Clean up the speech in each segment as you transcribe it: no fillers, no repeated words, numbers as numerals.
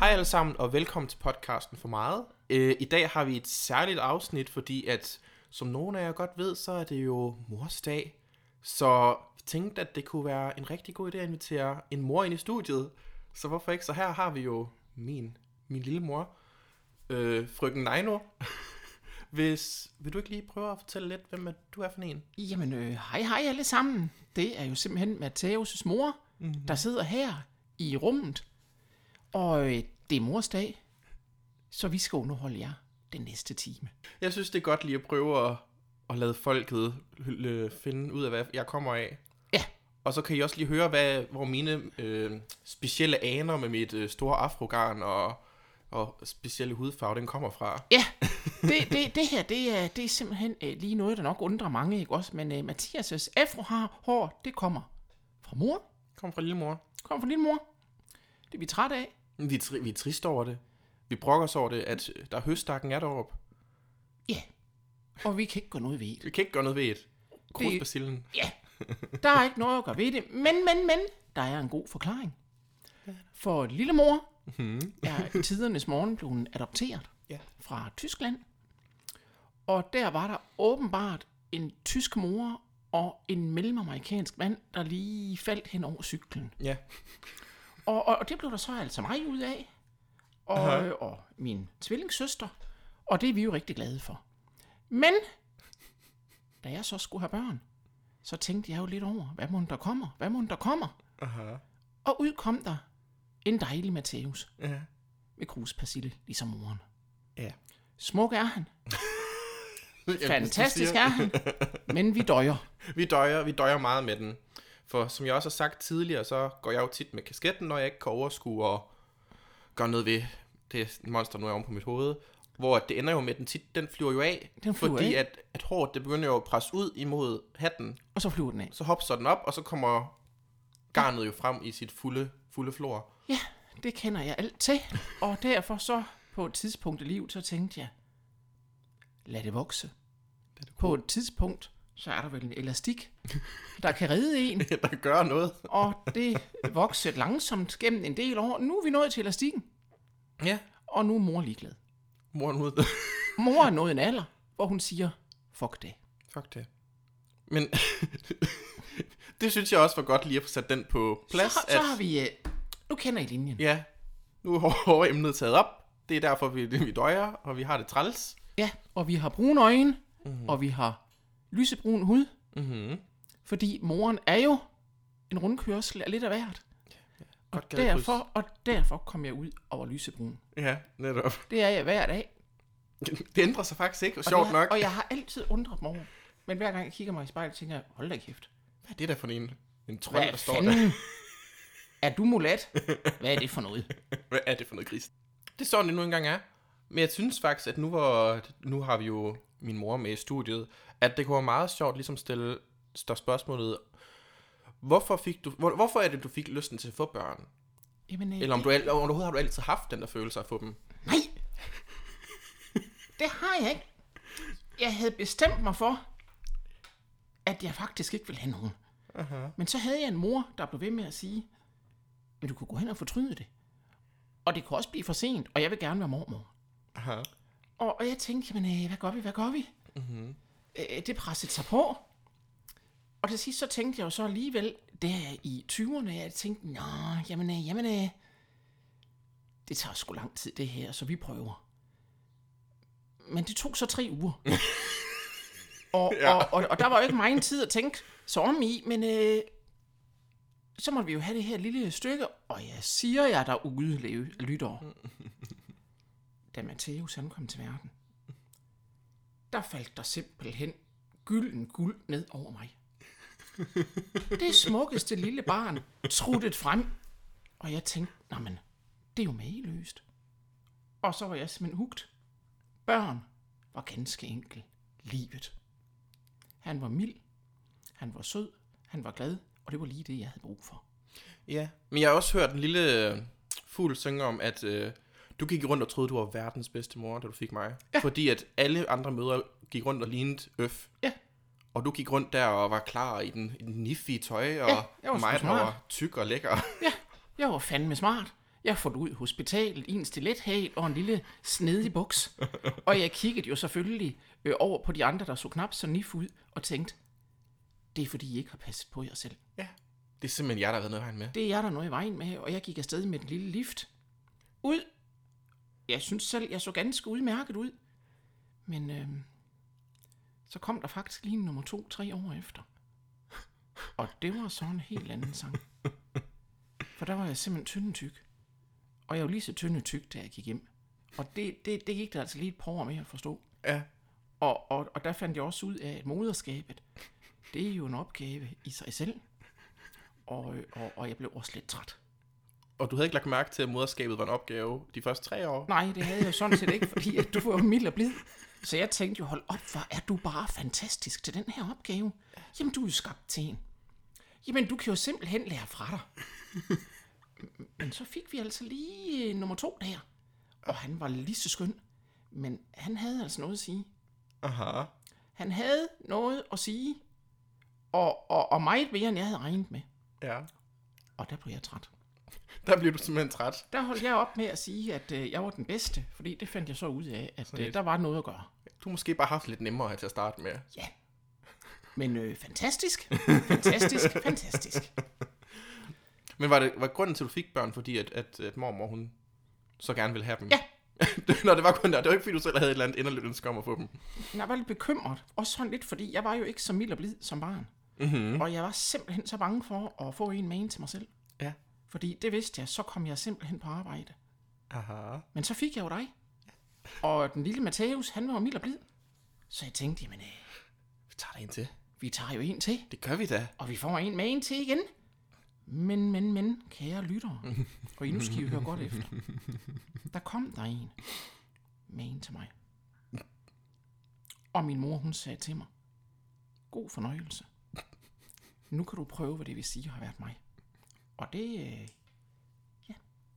Hej alle sammen, og velkommen til podcasten For Meget. I dag har vi et særligt afsnit, fordi at, som nogen af jer godt ved, så er det jo morsdag. Så vi tænkte, at det kunne være en rigtig god idé at invitere en mor ind i studiet. Så hvorfor ikke? Så her har vi jo min lille mor, frøken Neino. Vil du ikke lige prøve at fortælle lidt, hvem du er for en? Jamen, hej alle sammen. Det er jo simpelthen Matthæus' mor, der sidder her i rummet. Og det er morsdag, så vi skal underholde jer den næste time. Jeg synes, det er godt lige at prøve at lade folket finde ud af, hvad jeg kommer af. Ja. Og så kan I også lige høre, hvor mine specielle aner med mit store afrogarn og specielle hudfarve, den kommer fra. Ja, det her, det er simpelthen lige noget, der nok undrer mange, ikke også? Men Mathias' afrohår, det kommer fra mor. Kommer fra lille mor. Kommer fra lille mor. Det er vi trætte af. Vi er triste over det. Vi brokker os over det, at der høststakken er deroppe. Ja, og vi kan ikke gøre noget ved det. Vi kan ikke gøre noget ved det. Krusbacillen. Ja, der er ikke noget at gøre ved det. Men, der er en god forklaring. For lille mor er i tidernes morgen blevet adopteret fra Tyskland. Og der var der åbenbart en tysk mor og en mellemamerikansk mand, der lige faldt hen over cyklen. Ja. Og det blev der så altså mig ud af. Og min tvillingssøster. Og det er vi jo rigtig glade for. Men da jeg så skulle have børn, så tænkte jeg jo lidt over, hvad mon der kommer? Aha. Og ud kom der en dejlig Matthæus. Ja. Med kruspersille, ligesom moren. Ja. Smuk er han. Fantastisk er han. Men vi døjer. Vi døjer meget med den. For som jeg også har sagt tidligere, så går jeg jo tit med kasketten, når jeg ikke kan overskue og gøre noget ved det monster, nu er oven på mit hoved. Hvor det ender jo med, den flyver jo af. Fordi at håret, det begynder jo at presse ud imod hatten. Og så flyver den af. Så hopser den op, og så kommer garnet jo frem i sit fulde flor. Ja, det kender jeg alt til. Og derfor så på et tidspunkt i livet, så tænkte jeg, lad det vokse. På et tidspunkt, så er der vel en elastik, der kan redde en. Der gør noget. Og det voksede langsomt gennem en del år. Nu er vi nået til elastikken. Ja. Og nu er mor ligeglad. Mor er nået en alder, hvor hun siger, fuck det. Fuck det. Men det synes jeg også var godt lige at få sat den på plads. Så har vi, nu kender I linjen. Ja, nu er emnet taget op. Det er derfor, vi døjer, og vi har det træls. Ja, og vi har brune øjne, og vi har lysebrun hud. Fordi moren er jo en rundkørsel af lidt af hvert. Og derfor kom jeg ud over lysebrun. Ja, netop. Det er jeg hver dag. Det ændrer sig faktisk ikke, og sjovt nok. Og jeg har altid undret mig over. Men hver gang jeg kigger mig i spejlet, tænker jeg, hold da kæft. Hvad er det der for en trold, der står der? Er du mulat? Hvad er det for noget? Hvad er det for noget gris? Det er sådan, det nu engang er. Men jeg synes faktisk, at nu har vi jo min mor med i studiet, at det kunne være meget sjovt ligesom stille spørgsmålet, hvorfor er det, du fik lysten til at få børn? Jamen, eller om overhovedet har du altid haft den der følelse at få dem? Nej, det har jeg ikke. Jeg havde bestemt mig for, at jeg faktisk ikke ville have nogen. Aha. Men så havde jeg en mor, der blev ved med at sige, men du kunne gå hen og fortryde det. Og det kunne også blive for sent, og jeg vil gerne være mormor. Aha. Og jeg tænkte, jamen, hvad gør vi? Det pressede sig på. Og til sidst så tænkte jeg jo så alligevel, der i 20'erne, jeg tænkte, jamen, det tager sgu lang tid det her, så vi prøver. Men det tog så 3 uger. og der var jo ikke meget tid at tænke så om i, men så måtte vi jo have det her lille stykke, og jeg siger jer derude, lytter. Da Matthæus han kom til verden, der faldt der simpelthen gylden guld ned over mig. Det smukkeste lille barn truttet frem, og jeg tænkte, det er jo mageløst. Og så var jeg simpelthen hugt. Børn var ganske enkelt livet. Han var mild, han var sød, han var glad, og det var lige det, jeg havde brug for. Ja, men jeg har også hørt en lille fugl synge om, at du gik rundt og troede, du var verdens bedste mor, da du fik mig. Ja. Fordi at alle andre mødre gik rundt og lignede Øf. Ja. Og du gik rundt der og var klar i den niffige tøj, og mig, der var tyk og lækker. Ja, jeg var fandme smart. Jeg får ud hospitalet i en stilethæl og en lille snedig buks. Og jeg kiggede jo selvfølgelig over på de andre, der så knap så nif ud, og tænkte, det er fordi, I ikke har passet på jer selv. Ja, det er simpelthen jer, der har været noget i vejen med. Det er jeg, der er noget i vejen med, og jeg gik afsted med den lille lift. Ud. Jeg synes selv, jeg så ganske udmærket ud. Men så kom der faktisk lige nummer 2-3 år efter. Og det var så en helt anden sang. For der var jeg simpelthen tyndetyk. Og jeg var lige så tyndetyk, da jeg gik hjem. Og det gik der altså lige et par år med at forstå. Ja. Og der fandt jeg også ud af, at moderskabet, det er jo en opgave i sig selv. Og jeg blev også lidt træt. Og du havde ikke lagt mærke til, at moderskabet var en opgave de første 3 år? Nej, det havde jeg sådan set ikke, fordi at du var jo mild og blid. Så jeg tænkte jo, hold op, hvor er du bare fantastisk til den her opgave. Jamen, du er jo skabt til en. Jamen, du kan jo simpelthen lære fra dig. Men så fik vi altså lige nummer 2 der. Og han var lige så skøn. Men han havde altså noget at sige. Aha. Han havde noget at sige. Og meget mere, end jeg havde regnet med. Ja. Og der blev jeg træt. Der blev du simpelthen træt. Der holdt jeg op med at sige, at jeg var den bedste. Fordi det fandt jeg så ud af, at der var noget at gøre. Du har måske bare haft lidt nemmere til at starte med. Ja. Men fantastisk. Fantastisk. Fantastisk. Men var grunden til, at du fik børn, fordi at mormor, hun så gerne ville have dem? Ja. Når det var kun der. Det var ikke, fordi du selv havde et eller andet inderligt ønske om at få dem. Jeg var lidt bekymret. Også sådan lidt, fordi jeg var jo ikke så mild og blid som barn. Mm-hmm. Og jeg var simpelthen så bange for at få en med en til mig selv. Ja. Fordi det vidste jeg, så kom jeg simpelthen på arbejde. Aha. Men så fik jeg jo dig. Og den lille Matthæus, han var jo mild og blid. Så jeg tænkte, jamen, Vi tager der en til. vi tager jo en til. Det gør vi da. Og vi får en med en til igen. Men, kære lyttere. Og nu skal I høre godt efter. Der kom der en med en til mig. Og min mor, hun sagde til mig, god fornøjelse. Nu kan du prøve, hvad det vil sige at have været mig. Og det, ja,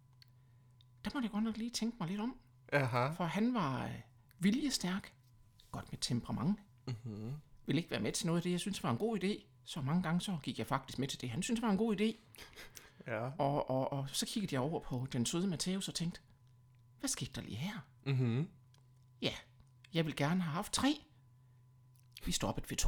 der måtte jeg godt nok lige tænke mig lidt om. Aha. For han var viljestærk, godt med temperament. Mm-hmm. Ville ikke være med til noget af det, jeg synes var en god idé. Så mange gange så gik jeg faktisk med til det, han synes var en god idé. Ja. Og så kiggede jeg over på den søde Matthæus og tænkte, hvad skete der lige her? Mm-hmm. Ja, jeg vil gerne have haft 3. Vi stoppede ved 2.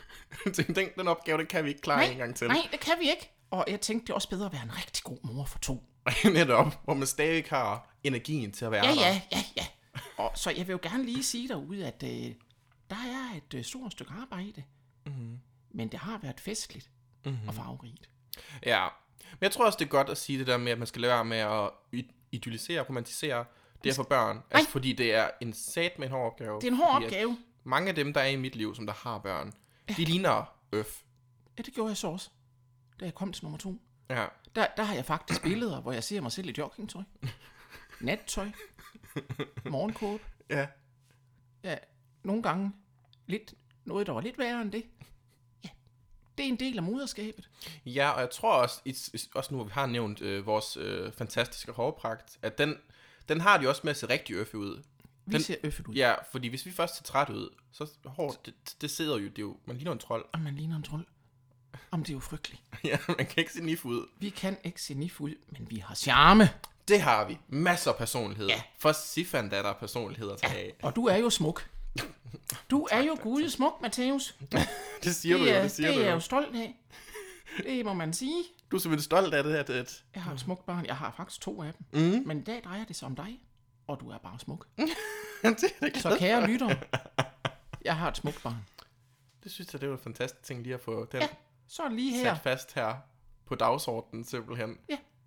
Den opgave, det kan vi ikke klare en gang til. Nej, det kan vi ikke. Og jeg tænkte, det er også bedre at være en rigtig god mor for 2. Netop, hvor man stadig har energien til at være der. Ja. Og så jeg vil jo gerne lige sige derude, at der er et stort stykke arbejde. Mm-hmm. Men det har været festligt og farverigt. Ja, men jeg tror også, det er godt at sige det der med, at man skal lade være med at idealisere og romantisere det for børn. Altså, fordi det er en sat med en hård opgave. Det er en hård opgave. Mange af dem, der er i mit liv, som der har børn, de ligner øf. Ja, det gjorde jeg så også, da jeg kom til nummer 2. Ja. Der har jeg faktisk billeder, hvor jeg ser mig selv i joggingtøj, nattøj, morgenkåbe. Ja. Ja, nogle gange noget, der var lidt værre end det. Ja, det er en del af moderskabet. Ja, og jeg tror også, også nu, hvor vi har nævnt vores fantastiske hårpragt, at den har de også med at se rigtig øffe ud. Vi ser øffet ud. Ja, fordi hvis vi først ser træt ud, så hår, det sidder jo, det er jo, man ligner en trold. Og man ligner en trold. Om det er jo frygteligt. Ja, man kan ikke se nif ud. Vi kan ikke se nif ud, men vi har charme. Det har vi. Masser af personlighed. Ja. For Sifan, der er personlighed at tage af. Og du er jo smuk. Du er jo gude smuk, Matthæus. Det siger du jo, det siger det du er jeg jo. jo stolt af. Det må man sige. Du er simpelthen stolt af det her. Jeg har et smukt barn. Jeg har faktisk 2 af dem. Mm. Men i dag drejer det sig om dig. Og du er bare smuk. Det er det Så kære lytter, jeg har et smukt barn. Det synes jeg, det var en fantastisk ting lige at få den Så er det lige her. sat fast her på dagsordenen simpelthen.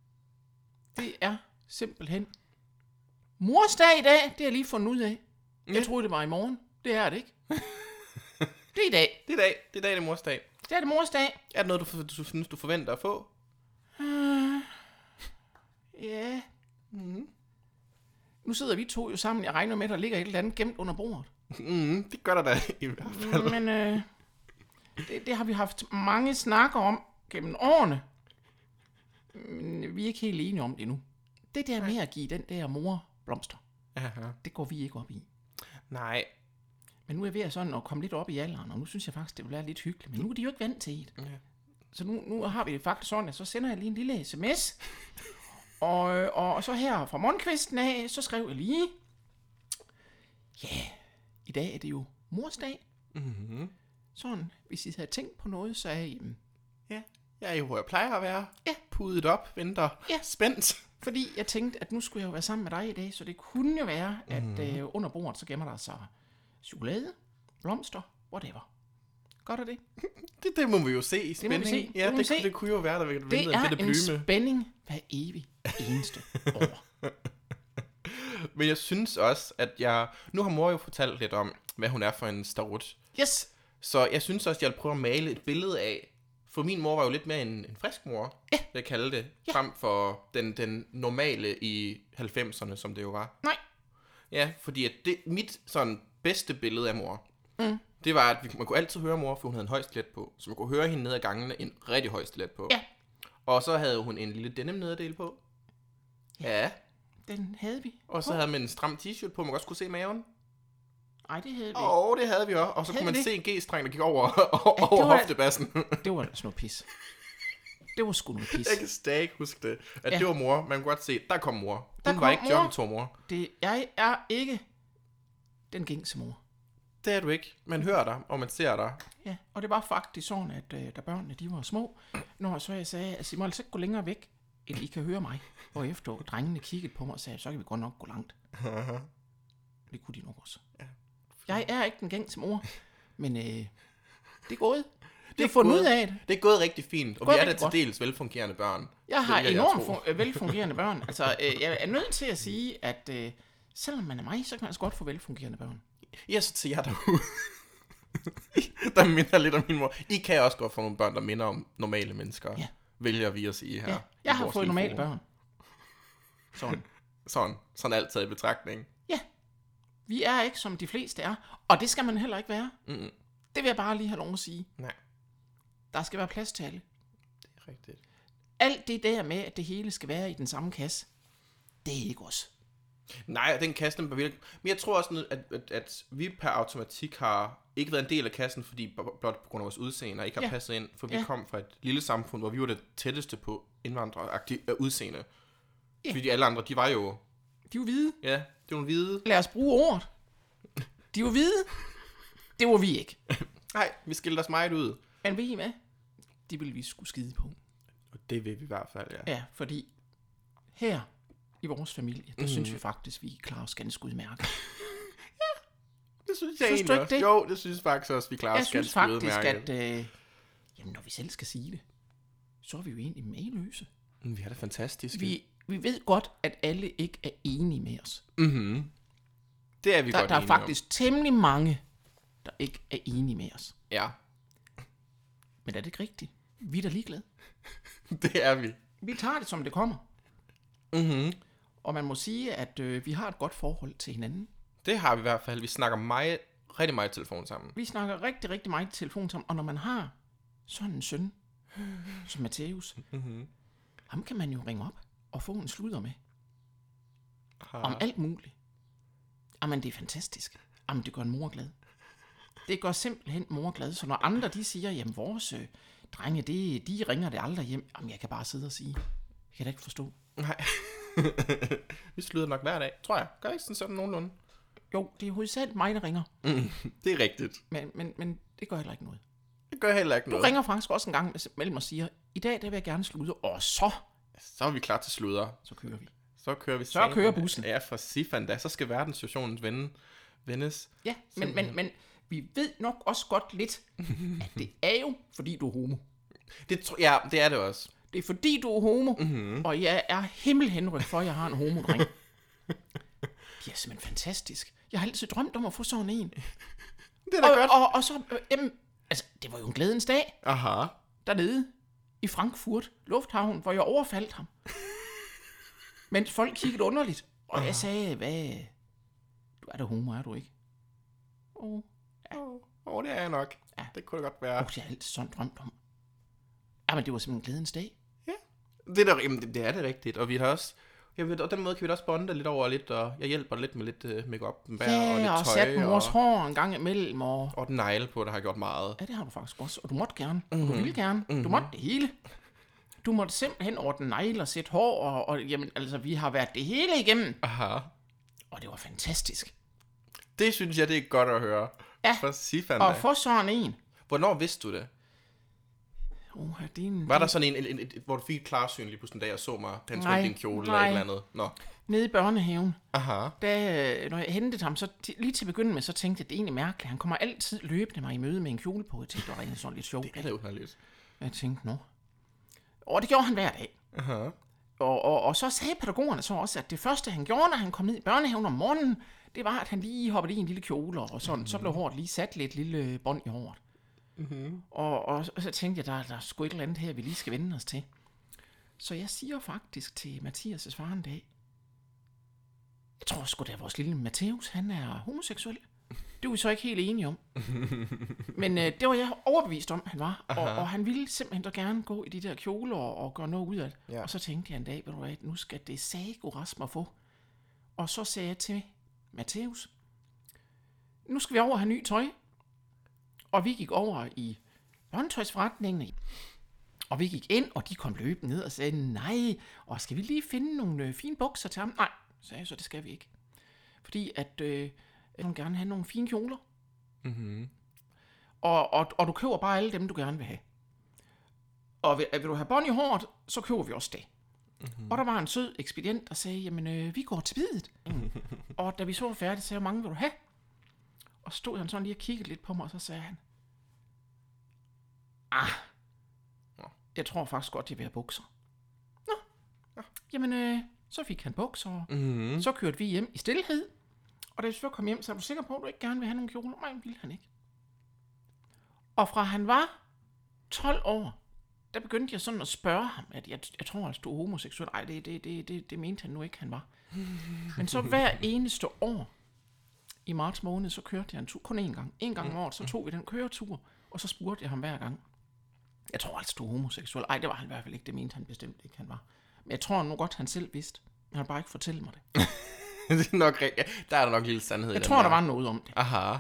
Det er simpelthen morsdag i dag. Det har jeg lige fundet ud af. Jeg troede, det var i morgen. Det er det ikke. Det er i dag. Det er i dag, det er morsdag. Det er det morsdag. Er det noget, du synes, du forventer at få? Ja. Mm. Nu sidder vi 2 jo sammen. Jeg regner med, at der ligger et eller andet gemt under bordet. Det gør der da i hvert fald. Men det har vi haft mange snakker om gennem årene. Men vi er ikke helt enige om det endnu. Det der med at give den der mor blomster, Aha. det går vi ikke op i. Nej. Men nu er jeg ved at sådan at komme lidt op i alderen, og nu synes jeg faktisk, det vil være lidt hyggeligt. Men nu er de jo ikke vant til det. Ja. Så nu har vi det faktisk sådan, at så sender jeg lige en lille sms. Og så her fra morgenkvisten af, så skrev jeg lige, ja, i dag er det jo morsdag. Mm-hmm. Sådan, hvis I havde tænkt på noget, så er I, Ja, jeg er jo, hvor jeg plejer at være. Ja. Pudet op, venter, spændt. fordi jeg tænkte, at nu skulle jeg jo være sammen med dig i dag, så det kunne jo være, at under bordet, så gemmer der sig chokolade, blomster, whatever. Godt er det? Det må vi jo se i må vi spænding. se. Ja, Det må vi se. det kunne jo være, der Det ventede en er bitte en blyme. spænding hver evig eneste år. Men jeg synes også, at nu har mor jo fortalt lidt om, hvad hun er for en starut. Yes, Så jeg synes også, at jeg vil prøve at male et billede af, for min mor var jo lidt mere en frisk mor, vil jeg kalde det, frem for den normale i 90'erne, som det jo var. nej, Ja, fordi at mit sådan bedste billede af mor, det var, at man kunne altid høre mor, for hun havde en høj stilet på. Så man kunne høre hende ned ad gangene en rigtig høj stilet på. Ja. Og så havde hun en lille denim nederdel på. Ja. den havde vi. Og så havde man en stram t-shirt på, man også kunne se maven. Nej, det havde vi. Det havde vi også. Og så Havde kunne man vi se en G-streng, der gik over var- hoftebassen. Det var da sådan noget pis. Det var sgu noget pis. Jeg kan stadig huske det. At Ja. det var mor. Man kunne godt se, der kom mor. Der Hun var kom ikke mor. joggetur-mor. Jeg er ikke den gængse mor. Det er du ikke. Man hører dig, og man ser dig. Ja, og det var faktisk sådan, at da børnene de var små, når så jeg sagde, at I må altså ikke gå længere væk, end I kan høre mig. Og efter drengene kiggede på mig og sagde, så kan vi godt nok gå langt. Det kunne de nok også. Jeg er ikke den gængse mor, men det er gået. Det er fundet ud af det. Det er gået rigtig fint, og Gået vi er da rigtig til godt. dels velfungerende børn. Jeg har Det vil enormt tro. velfungerende børn. Altså, jeg er nødt til at sige, at selvom man er mig, så kan man altså godt få velfungerende børn. Ja, så til jer derude, der minder lidt om min mor. I kan også godt få nogle børn, der minder om normale mennesker, Ja. vælger vi at sige her. Ja, i jeg har vores fået lille normale forum. børn. Sådan. Sådan altid i betragtning. Ja, vi er ikke som de fleste er, og det skal man heller ikke være. Mm-mm. Det vil jeg bare lige have lov at sige. Nej, Der skal være plads til alle. det er rigtigt. Alt det der med, at det hele skal være i den samme kasse, det er ikke os. Nej, den kasse, den var virkelig... Men jeg tror også, at vi per automatik har ikke været en del af kassen, fordi blot på grund af vores udseende ikke har passet ind. For vi kom fra et lille samfund, hvor vi var det tætteste på indvandreragtigt udseende. Ja. Fordi alle andre, de var jo... De var hvide. Ja, det var nogle hvide. Lad os bruge ordet. De var hvide. Det var vi ikke. Nej, vi skilte os meget ud. Men ved I hvad? Det ville vi skulle skide på. Og det vil vi i hvert fald, ja. Ja, fordi her i vores familie, der synes vi faktisk, vi klarer os ganske udmærket. Det synes jeg Synes du egentlig ikke også. det? Jo, det synes faktisk også, vi klarer Jeg os synes ganske faktisk, udmærket. at jamen, når vi selv skal sige det, så er vi jo egentlig mageløse. Vi er da fantastiske. Vi ved godt, at alle ikke er enige med os. Mm-hmm. Det er vi godt Der er enige faktisk temmelig mange, der ikke er enige med os. om. Ja, Men er det ikke rigtigt? Vi er da ligeglade. det er vi. Vi tager det, som det kommer. Mm-hmm. Og man må sige, at vi har et godt forhold til hinanden. Det har vi i hvert fald. Vi snakker rigtig meget i telefon sammen. Vi snakker rigtig, rigtig meget i telefon sammen. Og når man har sådan en søn, som Matthæus, ham kan man jo ringe op og få en sludder med. Om alt muligt. Jamen, det er fantastisk. Jamen, det gør en mor glad. Det gør simpelthen mor glad. Så når andre, de siger, jamen, vores drenge, de ringer det aldrig hjem. Jamen, jeg kan bare sidde og sige, jeg kan da ikke forstå. Nej. Vi slutter nok hver dag, tror jeg. Gør ikke sådan nogenlunde? Jo, det er hovedsageligt mig, der ringer. Det er rigtigt. Men det gør heller ikke noget. Det gør heller ikke Du noget. ringer faktisk også en gang mellem og siger, i dag, der vil jeg gerne slutte, og så Så er vi klar til sludder. kører vi. Så kører vi. Så kører bussen. Ja, for sifan da. Så skal verdenssituationen vendes. Ja, men vi ved nok også godt lidt, at det er jo, fordi du er homo. Ja, det er det også. Det er fordi, du er homo, og jeg er himmelhenrygt for, at jeg har en homodreng. Det er simpelthen fantastisk. Jeg har altid drømt om at få sådan en. Det er da godt. Og så, altså, det var jo en glædens dag Aha. dernede i Frankfurt Lufthavn, hvor jeg overfaldt ham. Mens folk kiggede underligt. Og jeg sagde, hvad? Du er da homo, er du ikke? Det er jeg nok. Ja. Det kunne det godt være. Det har jeg altid sådan drømt om. Jamen, det var simpelthen glædens dag. Det er det rigtigt. Og vi har også... og den måde kan vi da også bonde lidt over lidt, og jeg hjælper lidt med lidt make-up og lidt Ja, og tøj. sat mors hår en gang imellem, Og den negle på, der har gjort meget. Ja, det har du faktisk også. Og du måtte gerne. Du ville gerne. Du måtte det hele. Du måtte simpelthen ordne negle og sætte hår, og jamen, altså, vi har været det hele igennem. Aha. Og det var fantastisk. Det synes jeg, det er godt at høre. Ja, for Sifan, og få sådan en. Hvornår vidste du det? Var der sådan en hvor du fik et klarsyn lige på sådan en dag, og så mig, da han tog din kjole eller et eller andet? Nå. Nede i børnehaven. Aha. Når jeg hentede ham, så lige til at begynde med, så tænkte jeg, at det er egentlig mærkeligt. Han kommer altid løbende mig i møde med en kjole på. Jeg tænkte, det var sådan lidt sjovt. Det er uheldigt. Jeg tænkte, og det gjorde han hver dag. Aha. Og så sagde pædagogerne så også, at det første, han gjorde, når han kom ned i børnehaven om morgenen, det var, at han lige hoppede i en lille kjole, og sådan. Så blev håret lige sat lidt lille bånd i håret. Mm-hmm. Og så tænkte jeg, der er sgu et eller andet her, vi lige skal vende os til. Så jeg siger faktisk til Mathias' far en dag, jeg tror sgu da, vores lille Matthæus, han er homoseksuel. Det var vi så ikke helt enige om. Men det var jeg overbevist om, han var. Og han ville simpelthen da gerne gå i de der kjoler og gøre noget ud af det. Ja. Og så tænkte jeg en dag, at nu skal det sago rasme at få. Og så sagde jeg til Matthæus, nu skal vi over og have ny tøj. Og vi gik over i børnetøjsforretningen. Og vi gik ind, og de kom løbende ned og sagde, nej, og skal vi lige finde nogle fine bukser til ham? Nej, sagde jeg så, det skal vi ikke. Fordi at jeg vil gerne have nogle fine kjoler. Mm-hmm. Og du køber bare alle dem, du gerne vil have. Og vil du have bånd i håret, så køber vi også det. Mm-hmm. Og der var en sød ekspedient, der sagde, jamen vi går til bidet. Og da vi så var færdige, sagde jeg, hvor mange vil du have? Og stod han sådan lige og kiggede lidt på mig, og så sagde han, jeg tror faktisk godt, jeg vil have bukser. Nå, jamen så fik han bukser, mm-hmm. Så kørte vi hjem i stilhed. Og da vi så kom hjem, så er du sikker på, at du ikke gerne vil have nogle kjoler? Nej, ville han ikke. Og fra han var 12 år, der begyndte jeg sådan at spørge ham, at jeg tror altså, du er homoseksuel. Ej, det mente han nu ikke, han var. Men så hver eneste år, i marts måned, så kørte jeg en tur, kun én gang. En gang om året, så tog vi den køretur, og så spurgte jeg ham hver gang. Jeg tror altså, du er homoseksuel. Ej, det var han i hvert fald ikke, det mente han bestemt ikke, han var. Men jeg tror nu godt, han selv vidste. Han har bare ikke fortælle mig det. Det er nok rigtigt. Der er der nok en lille sandhed. Jeg tror, der var noget om det. Aha.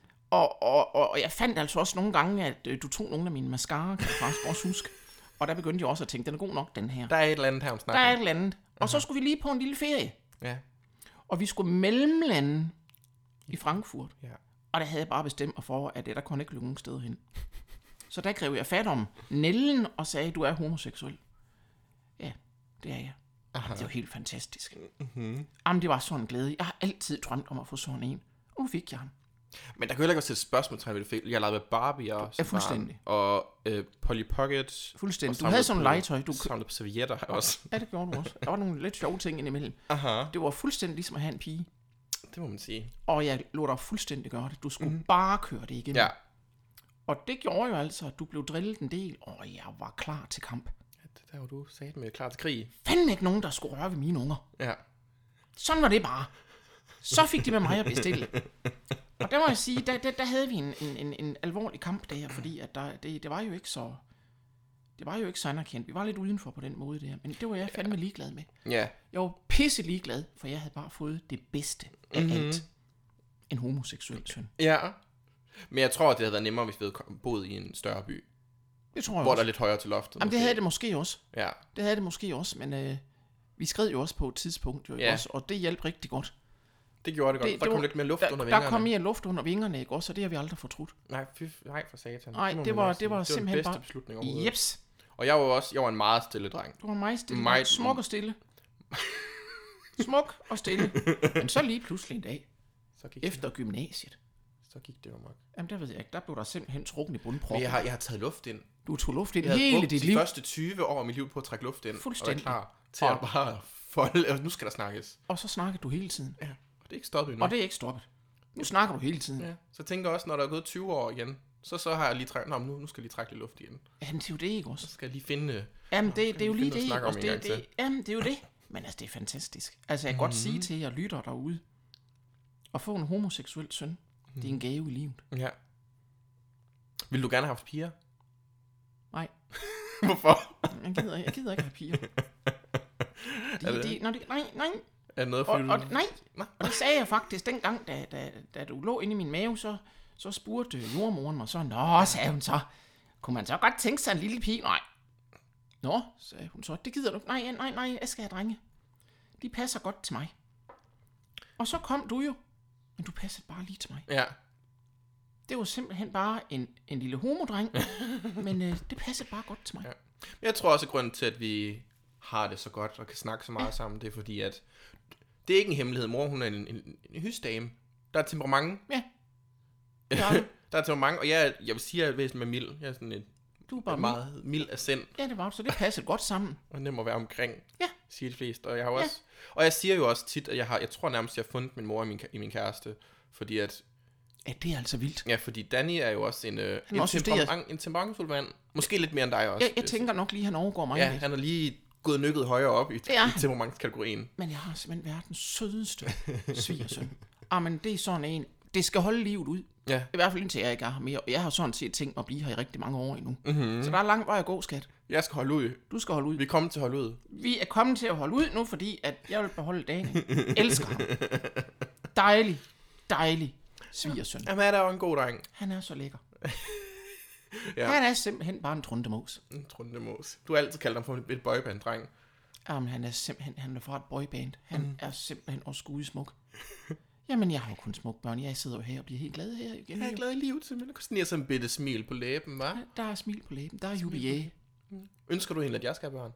Og jeg fandt altså også nogle gange, at du tog nogle af mine mascara, kan jeg faktisk også huske. Og der begyndte jeg også at tænke, den er god nok, den her. Der er et eller andet her, hun snakker. Der er et eller andet. Og så skulle vi lige på en lille ferie. Ja. Og vi skulle mellemlande i Frankfurt. Ja. Og der havde jeg bare bestemt mig for, at der kunne ikke løbe nogen steder hen. Så der greb jeg fat om Nellen og sagde, du er homoseksuel. Ja, det er jeg. Jamen, det var helt fantastisk. Mm-hmm. Jamen, det var sådan en glæde. Jeg har altid drømt om at få sådan en. Og nu fik jeg ham. Men der kan jo ikke også sætte spørgsmålstegn ved det. Jeg har lavet med Barbie og ja, fuldstændig. Og Polly Pocket. Fuldstændig. Du havde sådan en legetøj. Du samlede på servietter også. Ja, det gjorde du også. Der var nogle lidt sjove ting indimellem. Aha. Det var fuldstændig ligesom at have en pige. Det må man sige. Og jeg lod dig fuldstændig gøre det. Du skulle bare køre det igen. Ja. Og det gjorde jo altså, at du blev drillet en del, og jeg var klar til kamp. Ja, det der var du sat med klar til krig. Fandme ikke nogen, der skulle røre ved mine unger. Ja. Sådan var det bare. Så fik de med mig at bestille. Og der må jeg sige, der havde vi en alvorlig kamp der, fordi at det var jo ikke så... Det var jo ikke så anerkendt. Vi var lidt udenfor på den måde der, men det var jeg fandme ligeglad med. Ja. Jeg var pisse ligeglad, for jeg havde bare fået det bedste af alt. En homoseksuel søn. Ja. Men jeg tror, det havde været nemmere, hvis vi havde boet i en større by. Det tror jeg hvor også. der er lidt højere til loftet. Jamen, det havde det måske også. Ja. Det havde det måske også, men vi skred jo også på et tidspunkt, jo, også, og det hjalp rigtig godt. Det gjorde det godt. Der kom lidt mere luft under vingerne. Der kom mere luft under vingerne, ikke også, og det har vi aldrig fortrudt. Nej, for satan. Nej, det var simpelthen den bedste beslutning overhovedet. Jeps. Og jeg var en meget stille dreng. Du var meget stille. Smuk og stille. Smuk og stille. Men så lige pludselig en dag, efter gymnasiet, så gik det jo nok. Jamen, der ved jeg ikke. Der blev der simpelthen trukken i bundproppen. Men jeg har taget luft ind. Du tog luft ind hele dit liv. De første 20 år af mit liv på at trække luft ind. Fuldstændig. Og er klar til at bare folde. Nu skal der snakkes. Og så snakker du hele tiden. Ja, og det er ikke stoppet endnu. Og det er ikke stoppet. Nu snakker du hele tiden. Ja. Så tænker jeg også, når der er gået 20 år igen, så har jeg lige trækket, nu skal jeg lige trække lidt luft igen. Jamen, det er jo det, ikke også? Så skal jeg lige finde... Jamen, det er jo lige det, ikke også? Jamen, det er jo det. Men altså, det er fantastisk. Altså, jeg kan godt sige til jer lytter derude, at få en homoseksuel søn, det er en gave i livet. Ja. Vil du gerne have haft piger? Nej. Hvorfor? Jeg gider ikke have piger. Nej. Er det noget for nej. Og det sagde jeg faktisk dengang, da du lå inde i min mave, så spurgte jordmoren mig så, nå, sagde hun så, kunne man så godt tænke sig en lille pige? Nej. Nå, sagde hun så, det gider du. Nej, jeg skal have drenge. De passer godt til mig. Og så kom du jo, men du passede bare lige til mig. Ja. Det var simpelthen bare en lille homodreng, men det passede bare godt til mig. Ja. Jeg tror også, at grunden til, at vi har det så godt og kan snakke så meget sammen, det er fordi, at det er ikke en hemmelighed. Mor, hun er en hysdame. Der er temperament. Ja. Der er temperament, og jeg vil sige, at jeg er væsentligt med mild. Jeg er sådan Du er bare meget mild af sind. Ja, det var så det passede godt sammen. Og nem at være omkring, Ja. siger de fleste. Og jeg har også, og jeg siger jo også tit, at jeg tror nærmest, at jeg har fundet min mor i min kæreste. Fordi at... Ja, det er altså vildt. Ja, fordi Danny er jo også en temperamentsfuld mand. Måske lidt mere end dig også. Jeg tænker nok lige, han overgår mig. Ja, han er lige gået nykket højere op i tempementskategorien. Men jeg har simpelthen verdens sødeste svigersøn. Men det er sådan en, det skal holde livet ud. Ja. I hvert fald indtil jeg ikke er her mere. Og jeg har sådan set tænkt mig at blive her i rigtig mange år endnu. Mm-hmm. Så der er langt vej at gå, skat. Jeg skal holde ud. Du skal holde ud. Vi er kommet til at holde ud. Vi er kommet til at holde ud nu, fordi at jeg vil beholde dagen. Elsker ham. Dejlig svigersøn. Jamen, han er jo en god dreng. Han er så lækker. Ja. Han er simpelthen bare en trundemos. En trundemos. Du har altid kaldt ham for et boyband-dreng. Jamen, han er fra et boyband. Han er simpelthen også skudesmuk. Jamen, jeg har jo kun smuk børn. Jeg sidder jo her og bliver helt glad her igen. Jeg er glad i livet, simpelthen. Du sniger sådan en bitte smil på læben, hva'? Der er smil på læben. Der er jubilæe. Ønsker du egentlig, at jeg skal have børn?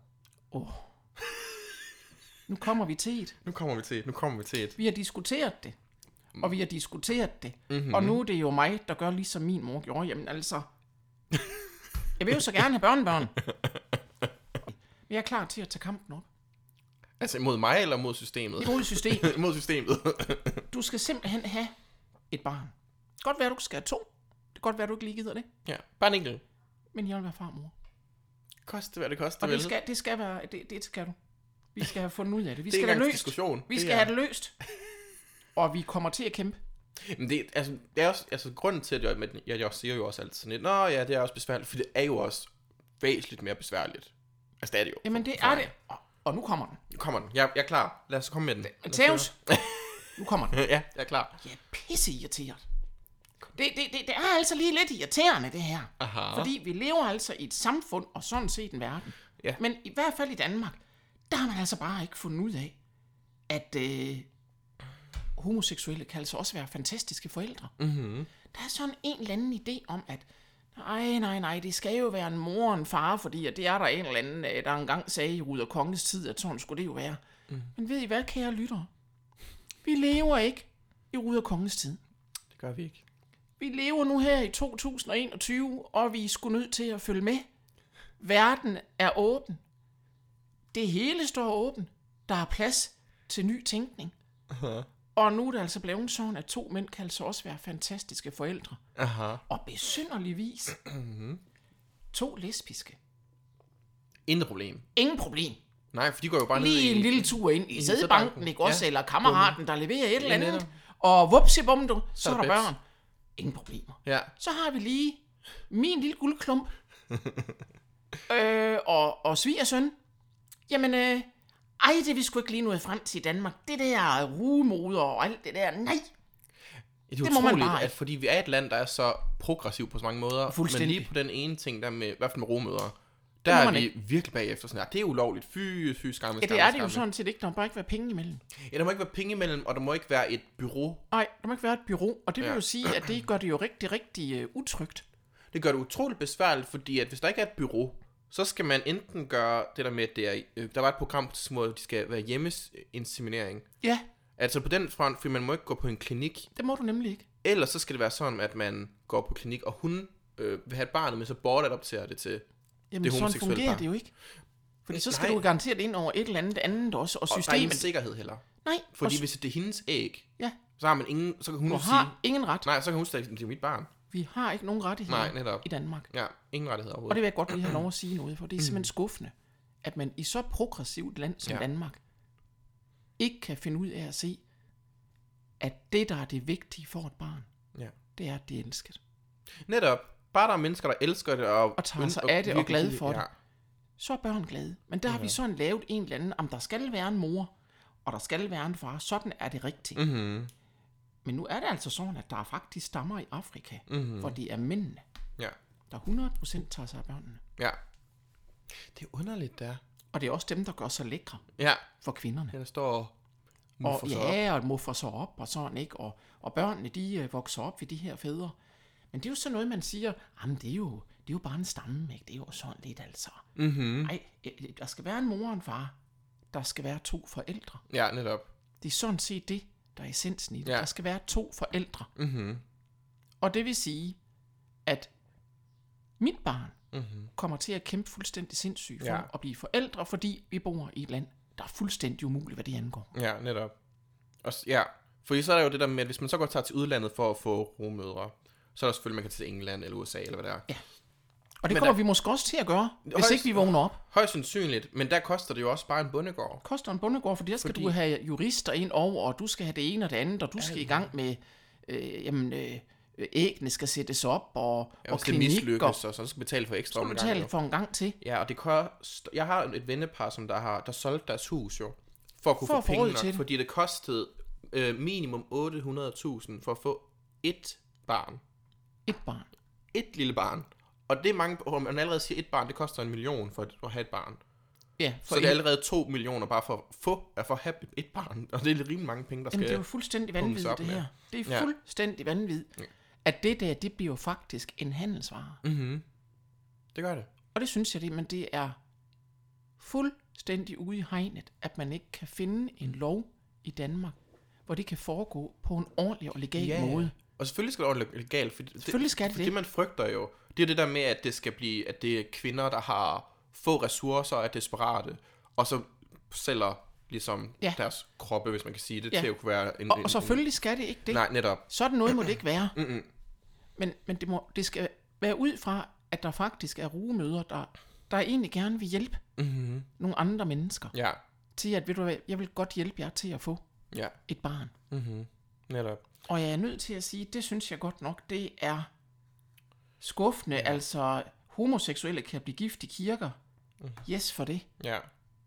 Nu kommer vi til et. Nu kommer vi til et. Vi har diskuteret det. Og vi har diskuteret det. Mm-hmm. Og nu er det jo mig, der gør ligesom min mor gjorde. Jamen altså... Jeg vil jo så gerne have børnebørn. Jeg er klar til at tage kampen op. Altså mod mig eller mod systemet? Imod systemet. Mod systemet. Du skal simpelthen have et barn. Det kan godt være, du skal have 2. Det kan godt være, du ikke lige gider det. Ja, bare en enkelt. Men jeg vil være farmor. Koste hvad det koster. Og det skal være... Det skal du. Vi skal have fundet ud af det. Vi det skal er have løst. Diskussion. Vi skal have det løst. Og vi kommer til at kæmpe. Men det er også, grunden til, at jeg siger jo også altid sådan lidt, nå ja, det er også besværligt, for det er jo også væsentligt mere besværligt. Altså det er det jo. Jamen det er det. Og nu kommer den. Nu kommer den. Jeg er klar. Lad os komme med den. Matthæus. Nu kommer den. Ja, jeg er klar. Jeg er pisse irriteret. Det er altså lige lidt irriterende, det her. Aha. Fordi vi lever altså i et samfund, og sådan set en verden. Ja. Men i hvert fald i Danmark, der har man altså bare ikke fundet ud af, at homoseksuelle kan altså også være fantastiske forældre. Mm-hmm. Der er sådan en eller anden idé om, at nej, det skal jo være en mor og en far, fordi at det er der en eller anden, der engang sagde i Ruder Konges tid, at sådan skulle det jo være. Mm. Men ved I hvad, kære lyttere? Vi lever ikke i Ruder Konges tid. Det gør vi ikke. Vi lever nu her i 2021, og vi er sgu nødt til at følge med. Verden er åben. Det hele står åben. Der er plads til ny tænkning. Aha. Og nu er det altså blevet sådan, at 2 mænd kan altså også være fantastiske forældre. Aha. Og besynderligvis 2 lesbiske. Intet problem. Ingen problem. Nej, for de går jo bare lige ned en lille tur ind i sædebanken, ikke også? Ja. Eller kammeraten, der leverer et eller andet. Og vupsibumdu, så er der børn. Ingen problemer. Ja. Så har vi lige min lille guldklump. Og svigersøn. Jamen, det er vi sgu ikke lige nået frem til i Danmark. Det der rugemoder og alt det der, nej. Det må man bare, at fordi vi er et land, der er så progressivt på så mange måder, men lige på den ene ting, der med, i hvert fald med rugemødre, der er vi virkelig bagefter sådan, det er ulovligt, fy, skamme. Ja, det er det jo sådan set ikke, der må bare ikke være penge imellem. Ja, der må ikke være penge imellem, og der må ikke være et bureau. Nej, der må ikke være et bureau, og det vil jo sige, at det gør det jo rigtig utrygt. Det gør det utroligt besværligt, fordi at hvis der ikke er et bureau, så skal man enten gøre det der med, at der var et program, hvor de skal være hjemmesinseminering. Ja. Altså på den front, for man må ikke gå på en klinik. Det må du nemlig ikke. Ellers så skal det være sådan, at man går på klinik, og hun vil have et barn med, så bortadopterer det til det homoseksuelle sådan fungerer par. det jo ikke. Fordi så skal du garanteret ind over et eller andet også, og systemet. Og der er ingen sikkerhed heller. Nej. Fordi hvis det er hendes æg, så har man ingen, så kan hun du sige... har ingen ret. Nej, så kan hun sige, det er mit barn. Vi har ikke nogen rettigheder i Danmark. Ja, ingen rettigheder overhovedet. Og det vil jeg godt lige have lov at sige noget, for det er simpelthen skuffende, at man i så progressivt land som Danmark, ikke kan finde ud af at se, at det, der er det vigtige for et barn, det er, at det er elsket. Netop. Bare der er mennesker, der elsker det, og tager sig af det, og glade for det. Så er børn glade. Men der har vi sådan lavet en eller anden, om der skal være en mor, og der skal være en far. Sådan er det rigtigt. Mm-hmm. Men nu er det altså sådan, at der er faktisk stammer i Afrika, hvor det er mændene, der 100% tager sig af børnene. Ja. Det er underligt, der. Og det er også dem, der gør sig lækre Ja, for kvinderne. der står Og ja, og muffer sig op og sådan, ikke? Og børnene, de vokser op ved de her fædre. Men det er jo sådan noget, man siger, jamen det er jo bare en stamme, ikke? Det er jo sådan lidt, altså. Nej, der skal være en mor og en far. Der skal være 2 forældre. Ja, netop. Det er sådan set det, der er essensen i det. Ja. Der skal være 2 forældre. Og det vil sige, at mit barn kommer til at kæmpe fuldstændig sindssygt for at blive forældre, fordi vi bor i et land, der er fuldstændig umuligt, hvad det angår. Ja, netop. Og, ja, fordi så er der jo det der med, at hvis man så går til udlandet for at få rugemødre, så er der selvfølgelig, man kan til England eller USA eller hvad det er. Ja. Og det kommer vi måske også til at gøre, hvis ikke vi vågner op. Højst sandsynligt, men der koster det jo også bare en bondegård. Koster en bondegård, for der skal du have jurister ind over, og du skal have det ene og det andet, og du skal i gang med, æggene skal sættes op, og klinikker. Og så skal betale for ekstra omgang. Så betale for en gang til. Ja, og det koster... Jeg har et vennepar, som der solgte deres hus jo, for at kunne få penge nok, fordi det kostede minimum 800.000 for at få et barn. Et barn. Et lille barn. Og det er mange, hvor man allerede siger, et barn, det koster 1 million for at have et barn. Ja, så det er allerede 2 millioner bare for at have et barn. Og det er rimelig mange penge, der skal... Jamen, det er jo fuldstændig vanvittigt, det her. Det er fuldstændig vanvittigt, at det der, det bliver jo faktisk en handelsvare. Det gør det. Og det synes jeg, men det er fuldstændig ude i hegnet, at man ikke kan finde en lov i Danmark, hvor det kan foregå på en ordentlig og legal måde. Og selvfølgelig skal det ordentligt legalt, for selvfølgelig skal det. Det man frygter jo, det er det der med, at det skal blive, at det er kvinder, der har få ressourcer og er desperate, og så sælger ligesom deres kroppe, hvis man kan sige det, til at kunne være en... Og selvfølgelig skal det ikke det. Nej, netop. Sådan noget må det ikke være. Men det skal være ud fra, at der faktisk er rugemødre, der egentlig gerne vil hjælpe nogle andre mennesker. Til at, ved du hvad, jeg vil godt hjælpe jer til at få et barn. Netop. Og jeg er nødt til at sige, det synes jeg godt nok, det er skuffende. Altså, homoseksuelle kan blive gift i kirker. Yes for det. Ja.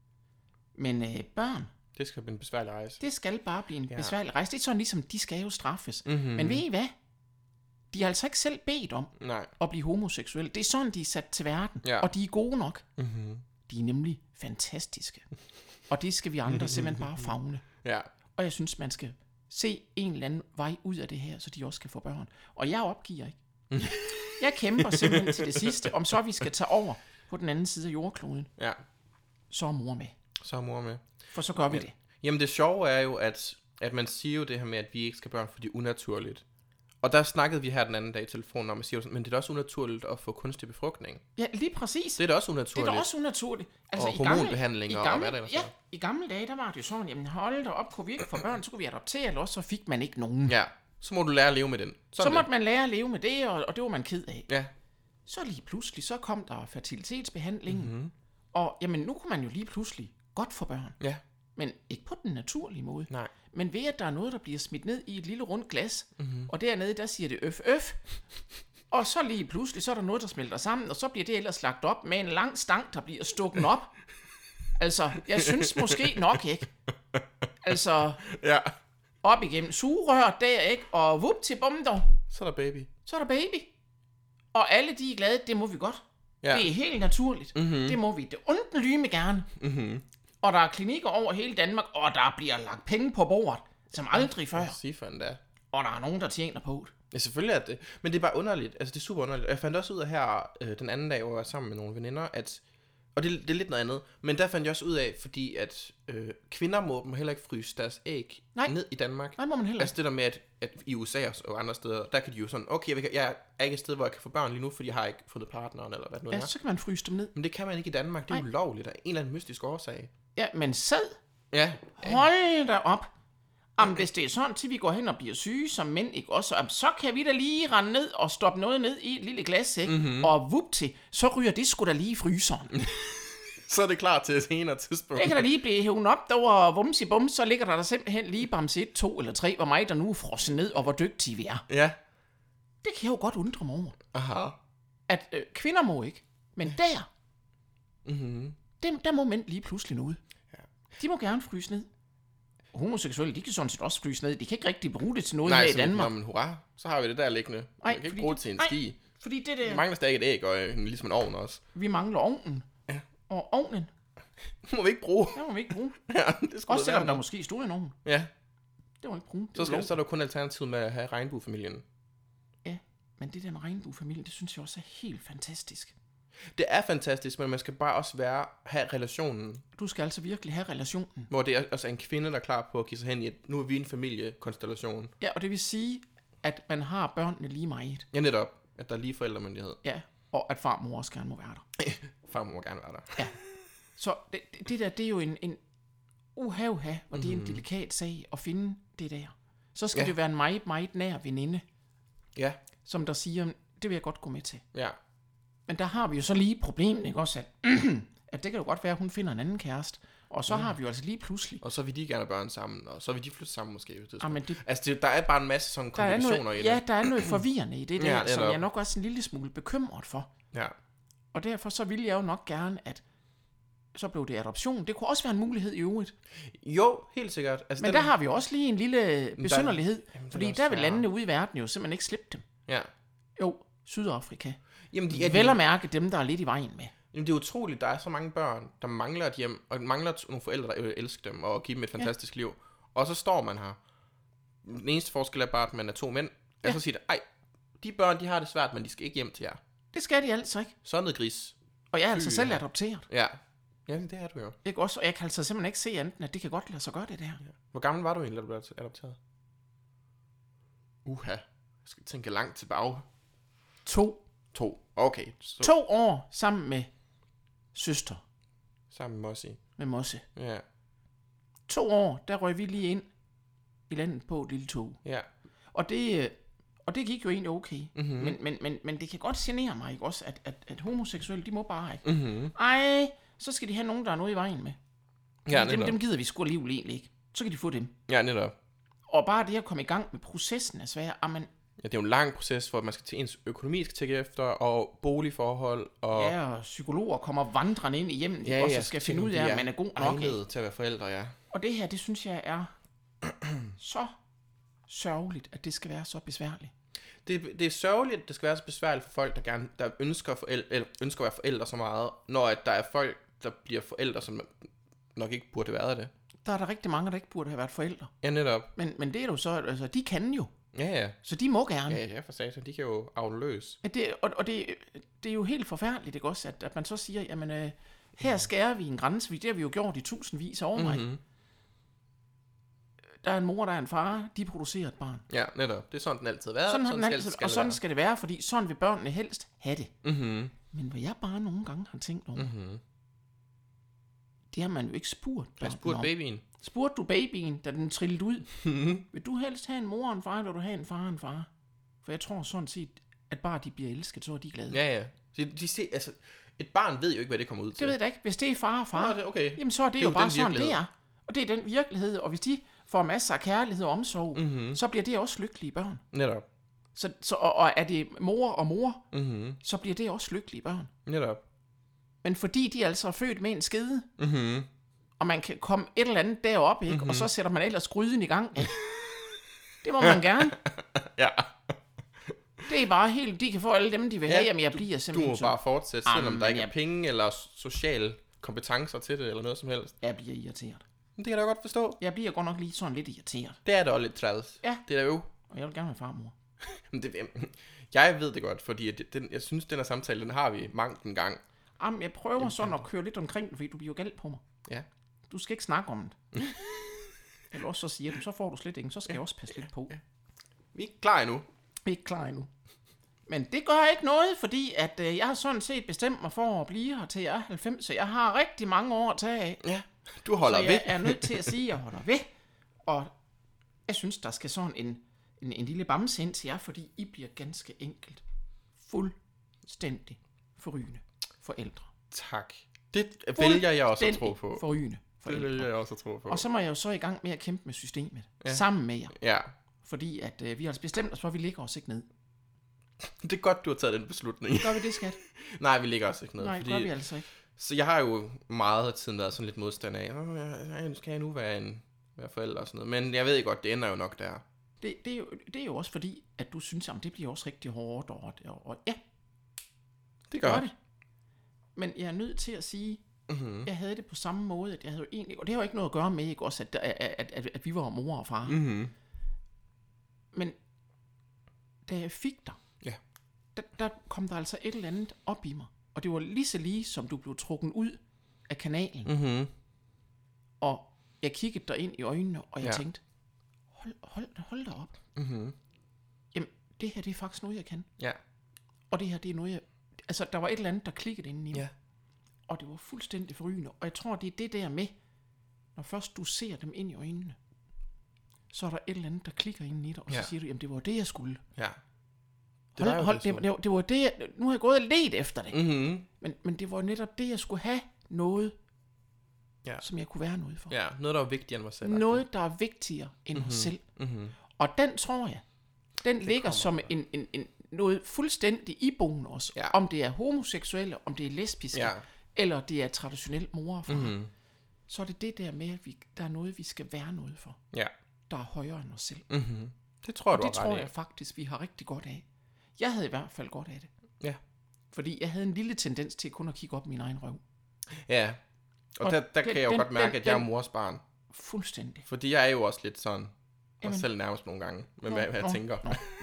Men børn... Det skal blive en besværlig rejse. Det skal bare blive en besværlig rejse. Det er sådan ligesom, de skal jo straffes. Men ved I hvad? De har altså ikke selv bedt om at blive homoseksuelle. Det er sådan, de er sat til verden. Og de er gode nok. De er nemlig fantastiske. Og det skal vi andre simpelthen bare favne. Og jeg synes, man skal se en eller anden vej ud af det her, så de også kan få børn. Og jeg opgiver ikke. Jeg kæmper simpelthen til det sidste, om så vi skal tage over på den anden side af jordkloden. Så er mor med. For så gør vi det. Jamen det sjove er jo, at man siger jo det her med, at vi ikke skal børn, fordi det er unaturligt. Og der snakkede vi her den anden dag i telefonen om, at sige, men det er da også unaturligt at få kunstig befrugtning. Ja, lige præcis. Det er da også unaturligt. Altså, og hormonbehandlinger og hvad der er. I gamle dage, der var det jo sådan, jamen hold da op, kunne vi ikke få børn, så kunne vi adoptere, eller også så fik man ikke nogen. Ja, så må du lære at leve med den. Så måtte man lære at leve med det, og det var man ked af. Ja. Så lige pludselig, så kom der fertilitetsbehandlingen, og jamen nu kunne man jo lige pludselig godt få børn. Ja. Men ikke på den naturlige måde. Nej. Men ved, at der er noget, der bliver smidt ned i et lille rundt glas, og dernede, der siger det øf. Og så lige pludselig, så er der noget, der smelter sammen, og så bliver det ellers lagt op med en lang stang, der bliver stukket op. Altså, jeg synes måske nok ikke. Altså, op igennem sugerør der, ikke? Og vup til bumder. Så er der baby. Og alle de er glade, det må vi godt. Ja. Det er helt naturligt. Det må vi. Det ondt lyme gerne. Og der er klinikker over hele Danmark, og der bliver lagt penge på bordet, som aldrig før. Og der er nogen, der tjener på det. Ja, selvfølgelig er det. Men det er bare underligt. Altså, det er super underligt. Jeg fandt også ud af her den anden dag, hvor jeg var sammen med nogle veninder, at... Og det er lidt noget andet. Men der fandt jeg også ud af, fordi at kvinder må heller ikke fryse deres æg ned i Danmark. Nej, må man heller ikke. Altså det der med, at i USA og andre steder, der kan de jo sådan, okay, jeg er ikke et sted, hvor jeg kan få børn lige nu, fordi jeg har ikke fundet partneren, eller hvad det nu er. Ja, så kan man fryse dem ned. Men det kan man ikke i Danmark. Det er ulovligt af en eller anden mystisk årsag. Ja, men sæd. Ja. Hold da op. Jamen, hvis det er sådan, til vi går hen og bliver syge som mænd, ikke også, så kan vi da lige rende ned og stoppe noget ned i et lille glas, ikke? Og vup til, så ryger det sgu da lige i fryseren. Så er det klar til et senere tidspunkt. Det kan da lige blive hævet op derovre, vumsi bum, så ligger der simpelthen lige bamse 1, 2 eller 3, hvor meget der nu er frosset ned, og hvor dygtige vi er. Ja. Det kan jeg jo godt undre mig over. Aha. At kvinder må ikke, men der må mænd lige pludselig noget. Ja. De må gerne fryse ned. Homoseksuelle, de kan sådan set også fryse ned. De kan ikke rigtig bruge det til noget her i Danmark. Nej, men hurra, så har vi det der liggende. Man kan ikke bruge det til en ski. Fordi det der... Vi mangler stadig et æg og ligesom en ovn også. Vi mangler ovnen. Ja. Og ovnen, må vi ikke bruge. den må vi ikke bruge. Ja, det skulle Også selvom der være. måske stod en ovn. Ja, Det må vi ikke bruge. så er der kun alternativ med at have regnbuefamilien. Ja, men det der med regnbuefamilien, det synes jeg også er helt fantastisk. Det er fantastisk, men man skal bare også have relationen, Du skal altså virkelig have relationen. hvor det er også en kvinde, der er klar på at give sig hen i, at nu er vi en familiekonstellation. Ja, og det vil sige, at man har børnene lige meget. Ja, netop, at der er lige forældremyndighed. Ja, og at far og mor også gerne må være der. Far må gerne være der. Ja. Så det der, det er jo en uha, og det er en delikat sag at finde det der. Så skal det være en meget, meget nær veninde, Ja, som der siger, det vil jeg godt gå med til. ja. Men der har vi jo så lige problemet, ikke også, at det kan jo godt være, at hun finder en anden kæreste, og så har vi jo altså lige pludselig. Og så vil de gerne have børn sammen, og så vil de flytte sammen måske. Jamen, det, Altså, der er bare en masse sådan komplikationer i det. ja, der er noget forvirrende i det der, Ja, som jeg er nok også en lille smule bekymret for. Ja. Og derfor så ville jeg jo nok gerne, at så blev det adoption. Det kunne også være en mulighed i øvrigt. Jo, helt sikkert. Altså, Men der har vi jo også lige en lille besynderlighed, Jamen, fordi også der vil være- landene ude i verden jo simpelthen ikke slippe dem. Ja. Jo, Sydafrika. Jamen, Vel at mærke dem, der er lidt i vejen med. Jamen, det er utroligt, der er så mange børn, der mangler et hjem, og mangler nogle forældre, der vil elske dem, og give dem et fantastisk liv. Og så står man her. Den eneste forskel er bare, at man er 2 mænd. Og så siger det, ej, de børn, de har det svært, men de skal ikke hjem til jer. Det skal de altså ikke. Så noget gris. Og jeg er altså selv adopteret. Ja. Jamen, det er du jo. Ikke også? Og jeg kan altså simpelthen ikke se andet, at det kan godt lade sig gøre det der. Hvor gammel var du egentlig, da du blev adopteret? Jeg skal tænke langt tilbage. 2 Okay. Så 2 år sammen med søster, sammen med Mossi. med Mosse. Ja. 2 år, der røg vi lige ind i landet på et lille tog. Ja. Og det gik jo egentlig okay. Men det kan godt genere mig, ikke også, at homoseksuelle, de må bare ikke. Ej, så skal de have nogen, der er noget i vejen med. Ja, Dem gider vi sgu alligevel egentlig ikke. Så kan de få dem. Ja, netop. Og bare det at komme i gang med processen er svært. Amen, Ja, det er jo en lang proces, hvor man skal til ens økonomi skal tjekke efter, og boligforhold, og ja, og psykologer kommer vandrende ind i hjemmet, og så skal finde ud af, at man er god nok. Ikke? til at være forældre, ja. Og det her, det synes jeg er så sørgeligt, at det skal være så besværligt. Det er sørgeligt, at det skal være så besværligt for folk, der ønsker at være forældre så meget, når at der er folk, der bliver forældre, som nok ikke burde være det. Der er der rigtig mange, der ikke burde have været forældre. Ja, netop. Men det er jo så, altså de kan jo, Ja. så de må gerne. Ja, for satan, de kan jo avle løs. Det er jo helt forfærdeligt, ikke også, at man så siger, jamen her skærer vi en grænse, det har vi jo gjort i tusindvis af år. Der er en mor, der er en far, de producerer et barn. Ja, netop. Det er sådan, den altid har været. Sådan har den skal altid, det og sådan være. skal det være, fordi sådan vil børnene helst have det. Men hvad jeg bare nogle gange har tænkt over, det har man jo ikke spurgt Jeg børnene spurgte om. babyen. Spurgte du babyen, da den trillede ud? Vil du helst have en mor og en far, eller vil du have en far og en far? For jeg tror sådan set, at bare de bliver elsket, så er de glade. Ja. De ser, altså, et barn ved jo ikke, hvad det kommer ud til. Det ved jeg da ikke. Hvis det er far og far, Nå, det er okay. jamen så er det Det er jo jo bare den sådan, det virkelighed. er. Og det er den virkelighed, og hvis de får masser af kærlighed og omsorg, så bliver det også lykkelige børn. Netop. Og er det mor og mor, så bliver det også lykkelige børn. Netop. Men fordi de altså er født med en skede, og man kan komme et eller andet derop, ikke? Og så sætter man ellers gryden i gang. Det må man gerne. Ja. Det er bare helt, de kan få alle dem, de vil have. Jamen, jeg bliver Du simpelthen må så... bare fortsætte, selvom Jamen, der ikke er jeg- penge eller sociale kompetencer til det, eller noget som helst. Jeg bliver irriteret. Men det kan jeg da godt forstå. Jeg bliver godt nok lige sådan lidt irriteret. Det er da også lidt træls. Ja. Det er da jo. Og jeg vil gerne være farmor. Men jeg ved det godt, fordi at jeg synes, den her samtale, den har vi mangt en gang. Jamen, jeg prøver sådan at køre lidt omkring, fordi du bliver jo galt på mig. Ja. Du skal ikke snakke om det. Eller også så siger du, så får du slet ikke, så skal jeg også passe lidt på. Vi er ikke klar endnu. Vi er ikke klar endnu. Men det gør ikke noget, fordi at jeg har sådan set bestemt mig for at blive her til jeg er 90, så jeg har rigtig mange år at tage af. Ja. Du holder Så ved. jeg er nødt til at sige, at jeg holder ved. Og jeg synes, der skal sådan en lille bamse ind til jer, fordi I bliver ganske enkelt fuldstændig forrygende forældre. Tak. Det vælger jeg også at tro Fuldstændig på. forrygende Det forældre. vælger jeg også at tro på. Og så må jeg jo så i gang med at kæmpe med systemet. Sammen med jer. Ja. Fordi at vi har altså bestemt os for, at vi ligger os ikke ned. Det er godt, du har taget den beslutning. Gør vi det, skat? Nej, vi ligger også ikke ned. Nej, gør vi altså ikke. Så jeg har jo meget af tiden været sådan lidt modstand af, skal jeg nu være forælder og sådan noget. Men jeg ved godt, det ender jo nok der. Det er jo også fordi, at du synes, at det bliver også rigtig hårdt. Og ja, Det gør gør det. Men jeg er nødt til at sige, Mm-hmm. Jeg havde det på samme måde, at jeg havde egentlig... Og det har jo ikke noget at gøre med, ikke også, at vi var mor og far. Mm-hmm. Men da jeg fik dig, der kom der altså et eller andet op i mig. Og det var lige som du blev trukket ud af kanalen. Mm-hmm. Og jeg kiggede dig ind i øjnene, og jeg tænkte, hold da op. Mm-hmm. Jamen, det her, det er faktisk noget, jeg kan. Ja. Og det her, det er noget, altså, der var et eller andet, der klikkede inde i mig. Ja. Og det var fuldstændig forrygende. Og jeg tror, det er det der med, når først du ser dem ind i øjnene, så er der et eller andet, der klikker ind i dig, og så siger du, jamen, det var det, jeg skulle. Ja. Det var det, nu har jeg gået og let efter det. Mm-hmm. Men det var netop det, jeg skulle have noget, som jeg kunne være noget for. Ja, noget, der var vigtigere end mig selv. Noget, der er vigtigere end mig selv. Mm-hmm. Og den tror jeg, den ligger som en noget fuldstændig iboende os. Ja. Om det er homoseksuelle, om det er lesbiske, eller det er traditionelt mor og far. Mm-hmm. Så er det der med, at der er noget, vi skal være noget for. Ja. Der er højere end os selv. Mm-hmm. Det tror jeg, og det tror jeg faktisk, vi har rigtig godt af. Jeg havde i hvert fald godt af det. Ja. Fordi jeg havde en lille tendens til kun at kigge op min egen røv. Ja. Og der kan jeg jo godt mærke, at jeg er mors barn. Fuldstændig. Fordi jeg er jo også lidt sådan, og selv nærmest nogle gange, med hvad jeg tænker.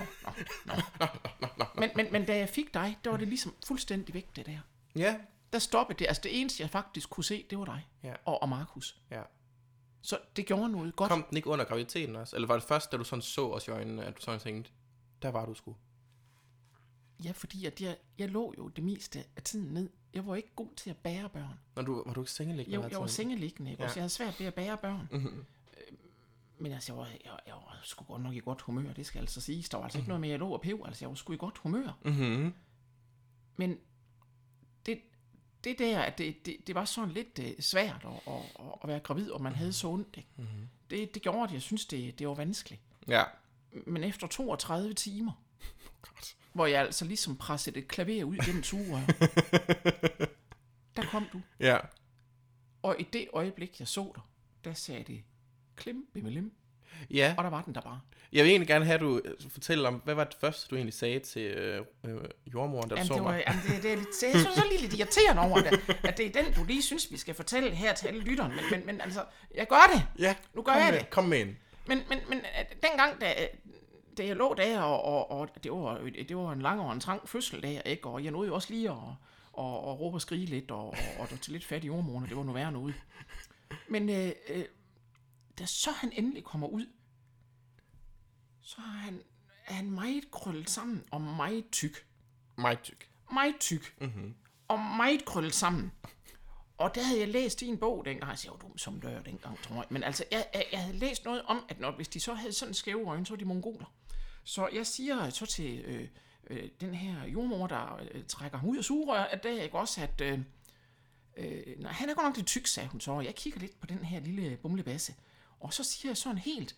Men da jeg fik dig, der var det ligesom fuldstændig væk, det der. Ja. Der stoppede det. Altså det eneste, jeg faktisk kunne se, det var dig. Ja. Og Markus. Ja. Så det gjorde noget godt. Kom den ikke under graviditeten også? Eller var det først, da du sådan så os i øjnene, at du sådan tænkte, der var du sgu? Ja, fordi at jeg lå jo det meste af tiden ned. Jeg var ikke god til at bære børn. Var du ikke sengeliggende? Jeg var sengeliggende, ikke? Ja. Så jeg havde svært ved at bære børn. Mm-hmm. Men altså, jeg var sgu godt nok i godt humør, det skal altså siges. Der var altså ikke noget med, at jeg lå og pev. Altså, jeg var sgu i godt humør. Mm-hmm. Men det der, at det var sådan lidt svært at være gravid, og man havde så ondt. Mm-hmm. Det gjorde, at jeg synes, det var vanskeligt. Ja. Men efter 32 timer, hvor jeg altså ligesom pressede et klaver ud gennem sugerøret, der kom du. Ja. Og i det øjeblik, jeg så dig, der sagde det klim, bimmelim. Ja. Og der var den der bare. Jeg vil egentlig gerne have, at du fortæller om, hvad var det første, du egentlig sagde til jordmoren, da du så mig? Det er lidt, jeg synes så lidt irriterende over det, at det er den, du lige synes, vi skal fortælle her til alle lytterne. Men altså, jeg gør det. Ja, nu gør jeg det. Kom med ind. Men dengang, da jeg lå der, og det var en lang og en trang fødsel der, ikke? Og jeg nåede jo også lige at råbe og skrige lidt, og til lidt fat i jordmoren, og det var noget værre noget. Men da så han endelig kommer ud, så er han meget krøllet sammen og meget tyk. Meget tyk. Meget tyk. Mm-hmm. Og meget krøllet sammen. Og der havde jeg læst i en bog dengang. Jeg var dum som dør dengang, tror jeg. Men altså, jeg havde læst noget om, at hvis de så havde sådan skæve øjne, så var de mongoler. Så jeg siger så til den her jordmor, der trækker ham ud af sugerøret, at det er ikke også, at nej, han er godt nok lidt tyk, sagde hun så. Og jeg kigger lidt på den her lille bumlebasse. Og så siger jeg sådan helt,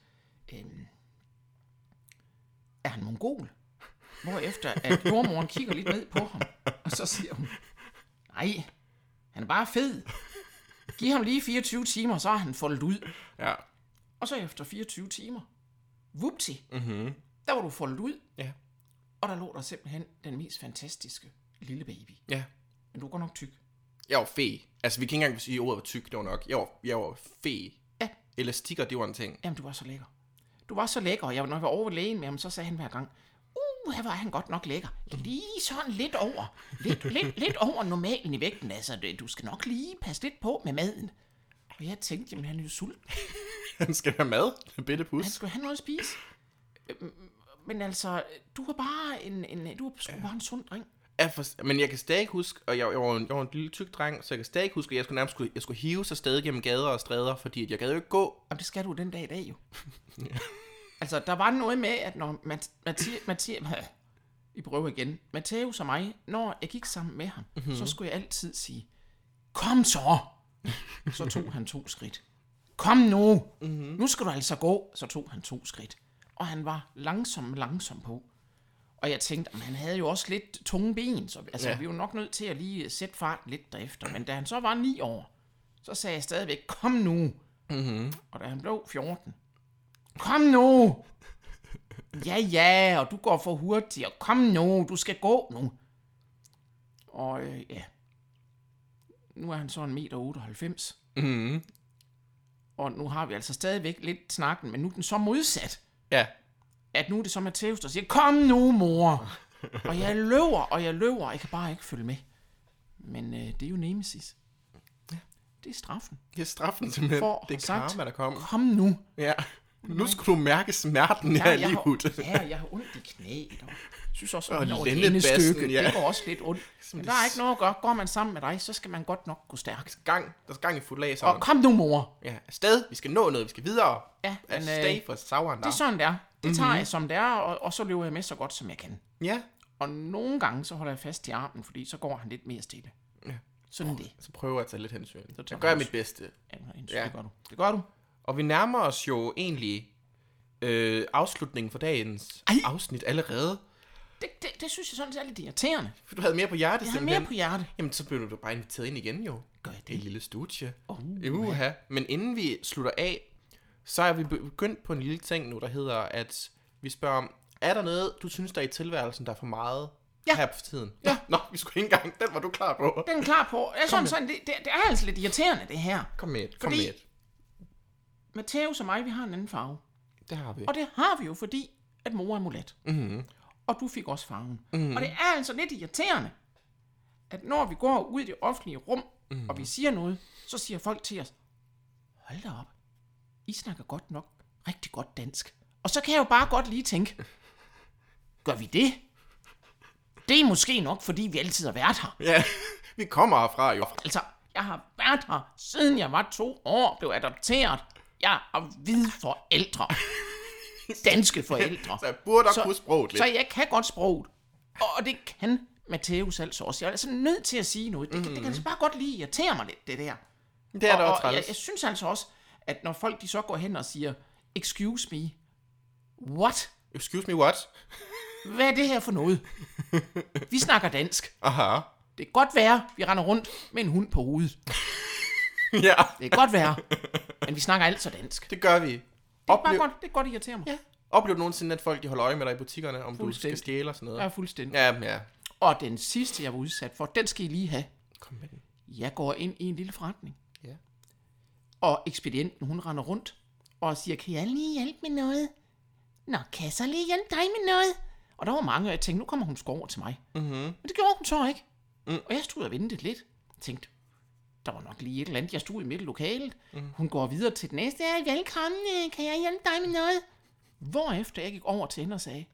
er han mongol? Hvorefter at jordmoren kigger lidt ned på ham, og så siger hun, nej, han er bare fed. Giv ham lige 24 timer, så er han foldet ud. Ja. Og så efter 24 timer, vupti, der var du foldet ud. Ja. Og der lå der simpelthen den mest fantastiske lille baby. Ja. Men du går nok tyk. Jeg var fed. Altså, vi kan ikke engang sige, at ordet var tyk, det var nok. Jeg var fed. Ja. Elastikker, det var en ting. Jamen, du var så lækker. Du var så lækker, og når jeg var over ved lægen med ham, så sagde han hver gang, her var han godt nok lækker. Lige sådan lidt over. Lidt over normalen i vægten. Altså, du skal nok lige passe lidt på med maden. Og jeg tænkte, jamen han er jo sulten. Han skal have mad, en bitte pus. Han skal have noget at spise. Men altså, du var bare du var bare en sund dreng. Ja, men jeg kan stadig huske, og jeg var en lille tyk dreng, så jeg kan stadig huske, at jeg skulle hive sig stadig gennem gader og stræder, fordi at jeg gad jo ikke gå. Jamen, det skal du den dag i dag jo. Ja. Altså, der var noget med, at når vi prøver igen. Matthæus og mig, når jeg gik sammen med ham, så skulle jeg altid sige, kom så! Så tog han 2 skridt. Kom nu! Nu skal du altså gå. Så tog han 2 skridt. Og han var langsom på. Og jeg tænkte, at han havde jo også lidt tunge ben, så altså, vi var nok nødt til at lige sætte fart lidt derefter. Men da han så var 9 år, så sagde jeg stadigvæk, kom nu! Og da han blev 14, kom nu! Ja, og du går for hurtigt, og kom nu, du skal gå nu. Og nu er han så 1,98 meter. Mhm. Og nu har vi altså stadigvæk lidt snakken, men nu er den så modsat. Ja. At nu er det så Matthæus, der siger, kom nu, mor. Og jeg løber, og jeg kan bare ikke følge med. Men det er jo nemesis. Ja. Det er straffen. Det er straffen simpelthen. For Det er sagt, karma, der kommer. Kom nu. Ja. Nu skal du mærke smerten her i livet. Jeg har ondt i knæet. Og synes også, Og at over lændebassen, stykke, ja. det går også lidt ondt. Men der er ikke noget at gøre. Går man sammen med dig, så skal man godt nok gå stærkt. Der er gang i fuld Og kom nu, mor. Ja, afsted. Vi skal nå noget. Vi skal videre. Ja, men, Afsted for Sauron det der. er sådan, det er. Det tager jeg, som det er, og så løber jeg med så godt, som jeg kan. Ja. Og nogle gange, så holder jeg fast i armen, fordi så går han lidt mere stille. Ja. Sådan det. Så prøver jeg at tage lidt hensyn. tager Så gør jeg du mit bedste. Ja. Det gør du. Det gør du. Og vi nærmer os jo egentlig afslutningen for dagens afsnit allerede. Det synes jeg sådan er lidt irriterende. For du havde mere på hjertet Jeg har simpelthen. mere på hjertet. Jamen, så bliver du bare inviteret ind igen jo. Gør jeg Det er et det? lille studie. Ja. Men inden vi slutter af, så er vi begyndt på en lille ting nu, der hedder, at vi spørger om, er der noget, du synes, der er i tilværelsen, der er for meget her på tiden? Ja. Nå, vi skulle ikke engang. Den var du klar på. Den er klar på. Jeg synes sådan, det er altså lidt irriterende, det her. Kom med et. Fordi Matthæus og mig, vi har en anden farve. Det har vi. Og det har vi jo, fordi at mor er mulat. Mm-hmm. Og du fik også farven. Mm-hmm. Og det er altså lidt irriterende, at når vi går ud i det offentlige rum, og vi siger noget, så siger folk til os, hold da op, I snakker godt nok rigtig godt dansk. Og så kan jeg jo bare godt lige tænke, gør vi det? Det er måske nok, fordi vi altid har været her. Ja, vi kommer herfra jo. Altså, jeg har været her, siden jeg var 2 år, blev adopteret. Jeg har hvide forældre. Danske forældre. Så jeg burde kunne sproget lidt. Så jeg kan godt sproget. Og det kan Matthæus altså også. Jeg er altså nødt til at sige noget. Det kan altså bare godt lige irritere mig lidt, det der. Det er da også og træls. jeg synes altså også, at når folk de så går hen og siger, excuse me, what? Excuse me, what? Hvad er det her for noget? Vi snakker dansk. Aha. Det kan godt være, vi render rundt med en hund på hovedet. Ja, Det kan godt være, men vi snakker altså dansk. det gør vi. Det er bare godt, det kan godt irritere mig. Ja. Oplever du nogensinde, at folk de holder øje med dig i butikkerne, om du skal Fuldstændig. stjæle og sådan noget? Ja, fuldstændig. Ja. Og den sidste, jeg var udsat for, den skal I lige have. Kom med den. Jeg går ind i en lille forretning, Ja. og ekspedienten, hun render rundt og siger, kan jeg lige hjælpe med noget? Nå, kan jeg så lige hjælpe dig med noget? Og der var mange, og jeg tænkte, nu kommer hun sgu over til mig. Mm-hmm. Men det gjorde hun så ikke. Og jeg stod og ventede lidt. Jeg tænkte, der var nok lige et eller andet. Jeg stod i midt i lokalet. Hun går videre til den næste. Ja, velkommen, kan jeg hjælpe dig med noget? Hvorefter jeg gik over til hende og sagde,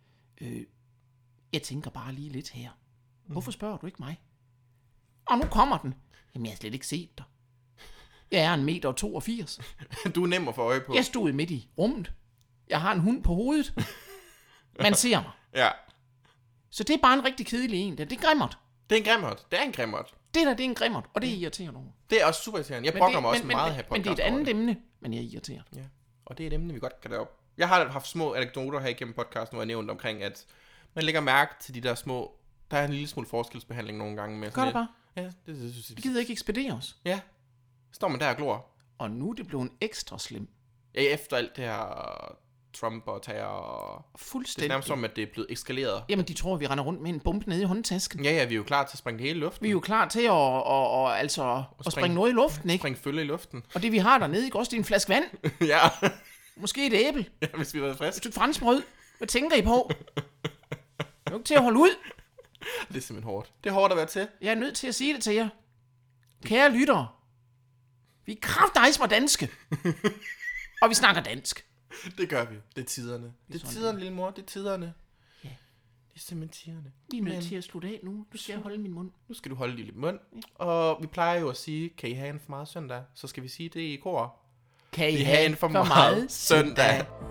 jeg tænker bare lige lidt her. Hvorfor spørger du ikke mig? Og nu kommer den. Jamen, jeg har slet ikke set dig. Jeg er 1,82 meter. Du er nem at få øje på. Jeg stod midt i rummet. Jeg har en hund på hovedet. Man ser mig. Ja. Så det er bare en rigtig kedelig en. Det er grimmert. Det er en grimmert. Det er en grimmert. Det er en grimmert, og det er irriterende over. Det er også super irriterende. Jeg brokker mig også meget her på Men det er et andet emne, men jeg er irriteret. Ja. Og det er et emne, vi godt kan op. Jeg har haft små anekdoter her igennem podcasten, hvor jeg nævnt omkring, at man lægger mærke til de der små... Der er en lille smule forskelsbehandling nogle gange med. Gør det bare. Ja, det synes jeg. Vi gider ikke ekspedere os. Ja. Står man der og glor. Og nu er det blevet ekstra slem. Ja, efter alt det her Trump og terror. Det er Fuldstændig. nærmest som, at det er blevet eskaleret. Jamen, de tror, vi render rundt med en bombe nede i håndtasken. Ja, vi er jo klar til at springe det hele i luften. Vi er jo klar til at springe noget i luften, ikke? Springe følge i luften. Og det vi har dernede, ikke også, det er en flaske vand. Ja. Måske et æble. Ja, hvis vi har været Et friske. stykke franskbrød. Hvad tænker I på? Det er jo ikke til at holde ud. Det er simpelthen hårdt. Det er hårdt at være til. Jeg er nødt til at sige det til jer. Kære lyttere. Vi er kraftejsmer danske. Og vi snakker dansk. Det gør vi. Det er tiderne. Det er tiderne, lille mor. Det er tiderne. Ja. Det er simpelthen tiderne. Vi er nødt til at slutte af nu. Nu skal jeg holde min mund. Nu skal du holde dit mund. Og vi plejer jo at sige, kan I have en for meget søndag? Så skal vi sige det i kor. Kan I have en for meget søndag?